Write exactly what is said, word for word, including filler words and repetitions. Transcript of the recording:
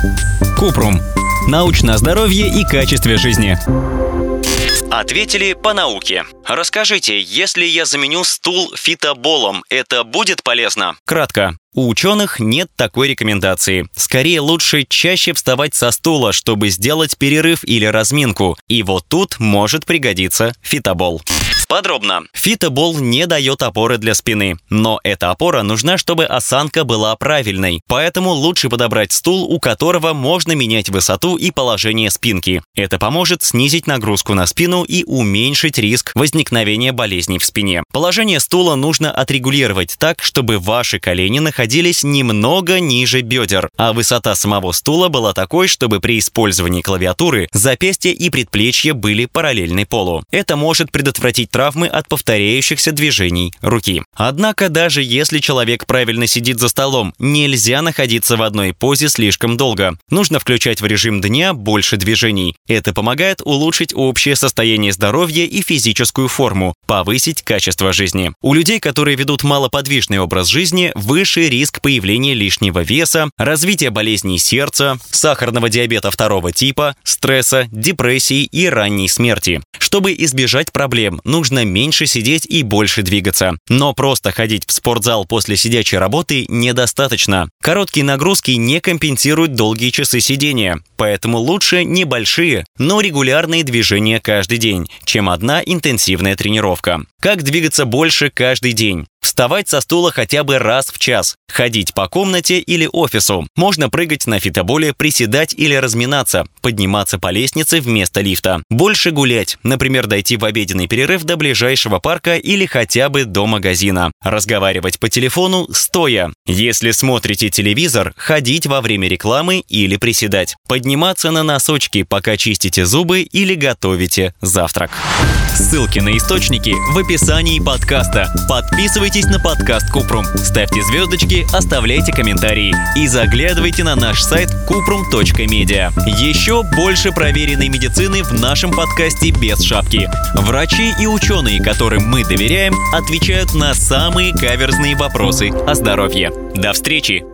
Купрум. Научное здоровье и качестве жизни. Ответили по науке. Расскажите, если я заменю стул фитоболом, это будет полезно? Кратко. У ученых нет такой рекомендации. Скорее, лучше чаще вставать со стула, чтобы сделать перерыв или разминку. И вот тут может пригодиться фитобол. Подробно. Фитобол не дает опоры для спины, но эта опора нужна, чтобы осанка была правильной. Поэтому лучше подобрать стул, у которого можно менять высоту и положение спинки. Это поможет снизить нагрузку на спину и уменьшить риск возникновения болезней в спине. Положение стула нужно отрегулировать так, чтобы ваши колени находились немного ниже бедер, а высота самого стула была такой, чтобы при использовании клавиатуры запястья и предплечья были параллельны полу. Это может предотвратить травмы от повторяющихся движений руки. Однако, даже если человек правильно сидит за столом, нельзя находиться в одной позе слишком долго. Нужно включать в режим дня больше движений. Это помогает улучшить общее состояние здоровья и физическую форму, повысить качество жизни. У людей, которые ведут малоподвижный образ жизни, выше риск появления лишнего веса, развития болезней сердца, сахарного диабета второго типа, стресса, депрессии и ранней смерти. Чтобы избежать проблем, нужно меньше сидеть и больше двигаться. Но просто ходить в спортзал после сидячей работы недостаточно. Короткие нагрузки не компенсируют долгие часы сидения, поэтому лучше небольшие, но регулярные движения каждый день, чем одна интенсивная тренировка. Как двигаться больше каждый день? Вставать со стула хотя бы раз в час, ходить по комнате или офису. Можно прыгать на фитоболе, приседать или разминаться, подниматься по лестнице вместо лифта. Больше гулять, например, дойти в обеденный перерыв до ближайшего парка или хотя бы до магазина. Разговаривать по телефону стоя. Если смотрите телевизор, ходить во время рекламы или приседать. Подниматься на носочки, пока чистите зубы или готовите завтрак. Ссылки на источники в описании подкаста. Подписывайтесь на подкаст Купрум, ставьте звездочки, оставляйте комментарии и заглядывайте на наш сайт купрум точка медиа. Еще больше проверенной медицины в нашем подкасте без шапки. Врачи и ученые, которым мы доверяем, отвечают на самые каверзные вопросы о здоровье. До встречи!